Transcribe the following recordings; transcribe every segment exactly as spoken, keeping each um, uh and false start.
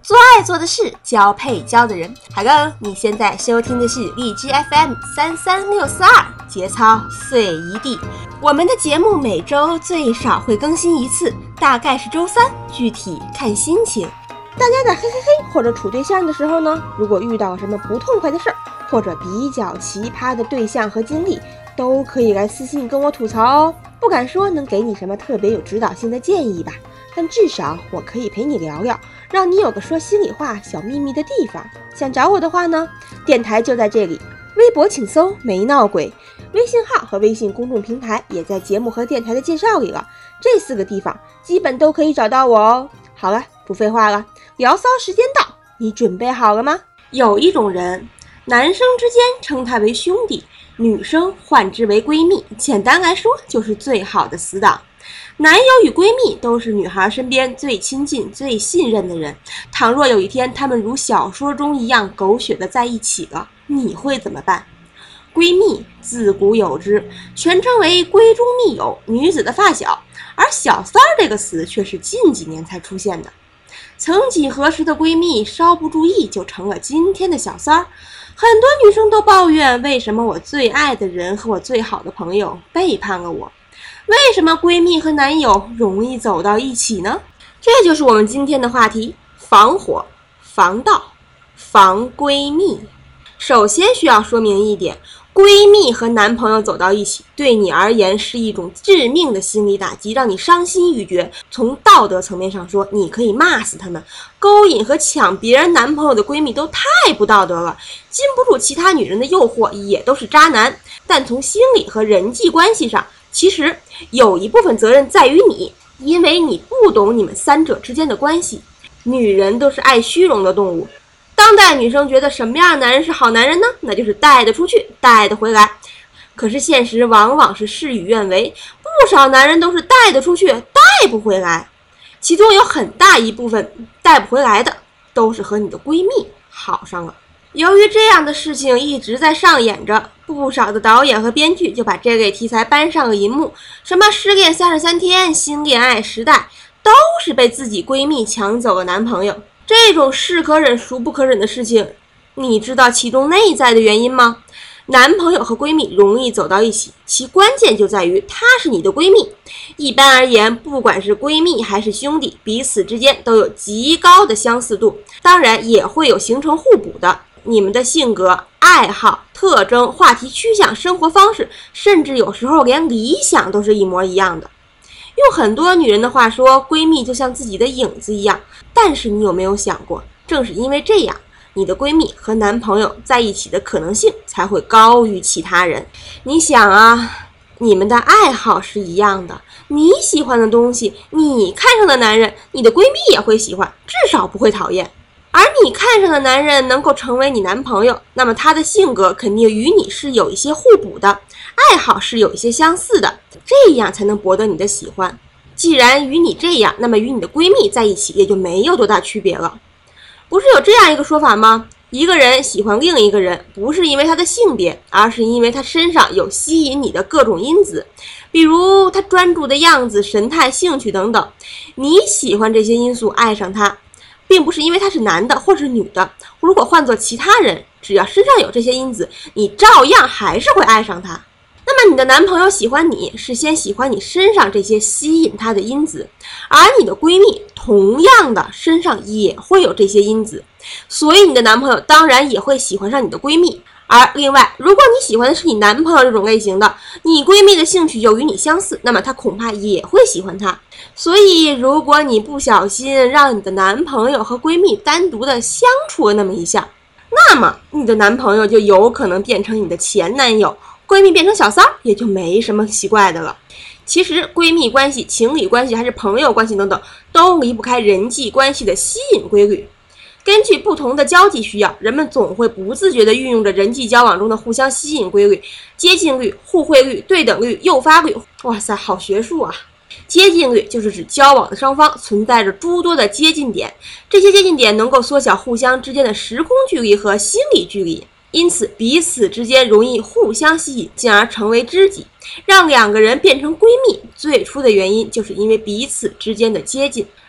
做爱做的事，交配交的人。Hello， 你现在收听的是荔枝 F M 三三六四二，节操碎一地。我们的节目每周最少会更新一次，大概是周三，具体看心情。大家在嘿嘿嘿或者处对象的时候呢，如果遇到什么不痛快的事儿，或者比较奇葩的对象和经历，都可以来私信跟我吐槽哦。不敢说能给你什么特别有指导性的建议吧，但至少我可以陪你聊聊，让你有个说心里话小秘密的地方。想找我的话呢，电台就在这里，微博请搜没闹鬼，微信号和微信公众平台也在节目和电台的介绍里了，这四个地方基本都可以找到我哦。好了，不废话了，聊骚时间到，你准备好了吗？有一种人，男生之间称他为兄弟，女生唤之为闺蜜，简单来说就是最好的死党。男友与闺蜜都是女孩身边最亲近最信任的人，倘若有一天他们如小说中一样狗血的在一起了，你会怎么办？闺蜜自古有之，全称为闺中密友，女子的发小，而小三儿这个词却是近几年才出现的。曾几何时的闺蜜稍不注意就成了今天的小三儿，很多女生都抱怨，为什么我最爱的人和我最好的朋友背叛了我？为什么闺蜜和男友容易走到一起呢？这就是我们今天的话题，防火、防盗、防闺蜜。首先需要说明一点，闺蜜和男朋友走到一起，对你而言是一种致命的心理打击，让你伤心欲绝。从道德层面上说，你可以骂死他们，勾引和抢别人男朋友的闺蜜都太不道德了，禁不住其他女人的诱惑，也都是渣男。但从心理和人际关系上，其实有一部分责任在于你，因为你不懂你们三者之间的关系。女人都是爱虚荣的动物，当代女生觉得什么样的男人是好男人呢？那就是带得出去，带得回来。可是现实往往是事与愿违，不少男人都是带得出去，带不回来。其中有很大一部分带不回来的，都是和你的闺蜜好上了。由于这样的事情一直在上演着，不少的导演和编剧就把这类题材搬上了银幕，什么失恋三十三天、新恋爱时代，都是被自己闺蜜抢走了男朋友。这种是可忍孰不可忍的事情，你知道其中内在的原因吗？男朋友和闺蜜容易走到一起，其关键就在于她是你的闺蜜。一般而言，不管是闺蜜还是兄弟，彼此之间都有极高的相似度，当然也会有形成互补的。你们的性格、爱好、特征、话题趋向、生活方式，甚至有时候连理想都是一模一样的。用很多女人的话说，闺蜜就像自己的影子一样。但是你有没有想过，正是因为这样，你的闺蜜和男朋友在一起的可能性才会高于其他人。你想啊，你们的爱好是一样的，你喜欢的东西，你看上的男人，你的闺蜜也会喜欢，至少不会讨厌。而你看上的男人能够成为你男朋友，那么他的性格肯定与你是有一些互补的，爱好是有一些相似的，这样才能博得你的喜欢。既然与你这样，那么与你的闺蜜在一起也就没有多大区别了。不是有这样一个说法吗？一个人喜欢另一个人，不是因为他的性别，而是因为他身上有吸引你的各种因子，比如他专注的样子、神态、兴趣等等。你喜欢这些因素爱上他，并不是因为他是男的或是女的，如果换做其他人，只要身上有这些因子，你照样还是会爱上他。那么你的男朋友喜欢你，是先喜欢你身上这些吸引他的因子，而你的闺蜜同样的身上也会有这些因子，所以你的男朋友当然也会喜欢上你的闺蜜。而另外，如果你喜欢的是你男朋友这种类型的，你闺蜜的兴趣又与你相似，那么他恐怕也会喜欢他。所以如果你不小心让你的男朋友和闺蜜单独的相处了那么一下，那么你的男朋友就有可能变成你的前男友，闺蜜变成小三儿，也就没什么奇怪的了。其实闺蜜关系、情侣关系还是朋友关系等等，都离不开人际关系的吸引规律。根据不同的交际需要，人们总会不自觉地运用着人际交往中的互相吸引规律、接近率、互惠率、对等率、诱发率。哇塞，好学术啊！接近率就是指交往的双方存在着诸多的接近点，这些接近点能够缩小互相之间的时空距离和心理距离，因此彼此之间容易互相吸引，进而成为知己。让两个人变成闺蜜，最初的原因就是因为彼此之间的接近。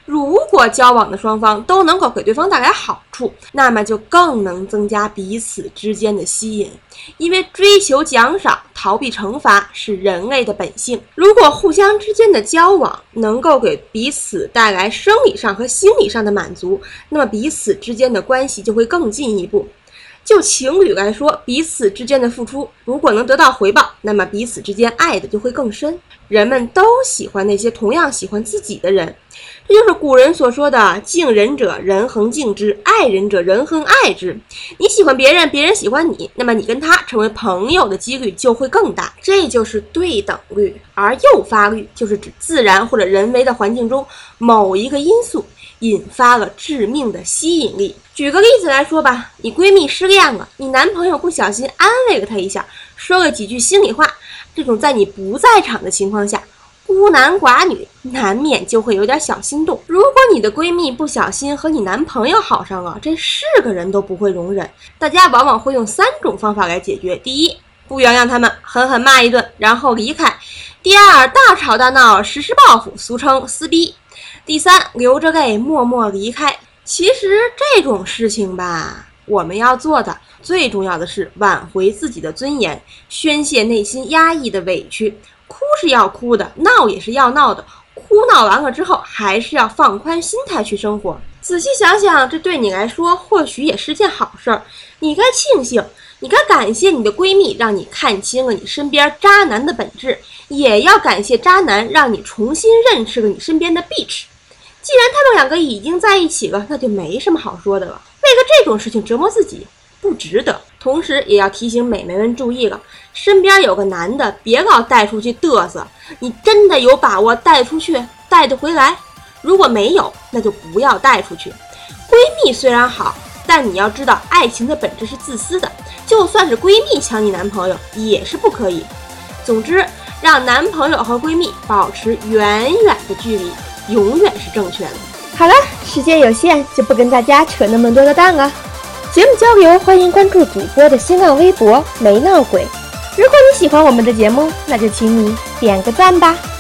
如果交往的双方都能够给对方带来好处，那么就更能增加彼此之间的吸引。因为追求奖赏、逃避惩罚是人类的本性。如果互相之间的交往能够给彼此带来生理上和心理上的满足，那么彼此之间的关系就会更进一步。就情侣来说，彼此之间的付出如果能得到回报，那么彼此之间爱的就会更深。人们都喜欢那些同样喜欢自己的人，这就是古人所说的敬人者人恒敬之，爱人者人恒爱之。你喜欢别人，别人喜欢你，那么你跟他成为朋友的几率就会更大，这就是对等率。而诱发率就是指自然或者人为的环境中某一个因素引发了致命的吸引力。举个例子来说吧，你闺蜜失恋了，你男朋友不小心安慰了她一下，说了几句心里话，这种在你不在场的情况下，孤男寡女难免就会有点小心动。如果你的闺蜜不小心和你男朋友好上了，这是个人都不会容忍。大家往往会用三种方法来解决：第一，不原谅他们，狠狠骂一顿，然后离开；第二，大吵大闹，实施报复，俗称撕逼；第三，流着泪默默离开。其实这种事情吧，我们要做的最重要的是挽回自己的尊严，宣泄内心压抑的委屈。哭是要哭的，闹也是要闹的，哭闹完了之后还是要放宽心态去生活。仔细想想，这对你来说或许也是件好事儿。你该庆幸，你该感谢你的闺蜜让你看清了你身边渣男的本质，也要感谢渣男让你重新认识了你身边的 bitch。既然他们两个已经在一起了，那就没什么好说的了。为了这种事情折磨自己，不值得。同时也要提醒美眉们注意了，身边有个男的别老带出去嘚瑟，你真的有把握带出去带得回来？如果没有，那就不要带出去。闺蜜虽然好，但你要知道爱情的本质是自私的，就算是闺蜜抢你男朋友也是不可以。总之，让男朋友和闺蜜保持远远的距离永远是正确的。好了，时间有限，就不跟大家扯那么多的蛋了。节目交流，欢迎关注主播的新浪微博没闹鬼。如果你喜欢我们的节目，那就请你点个赞吧。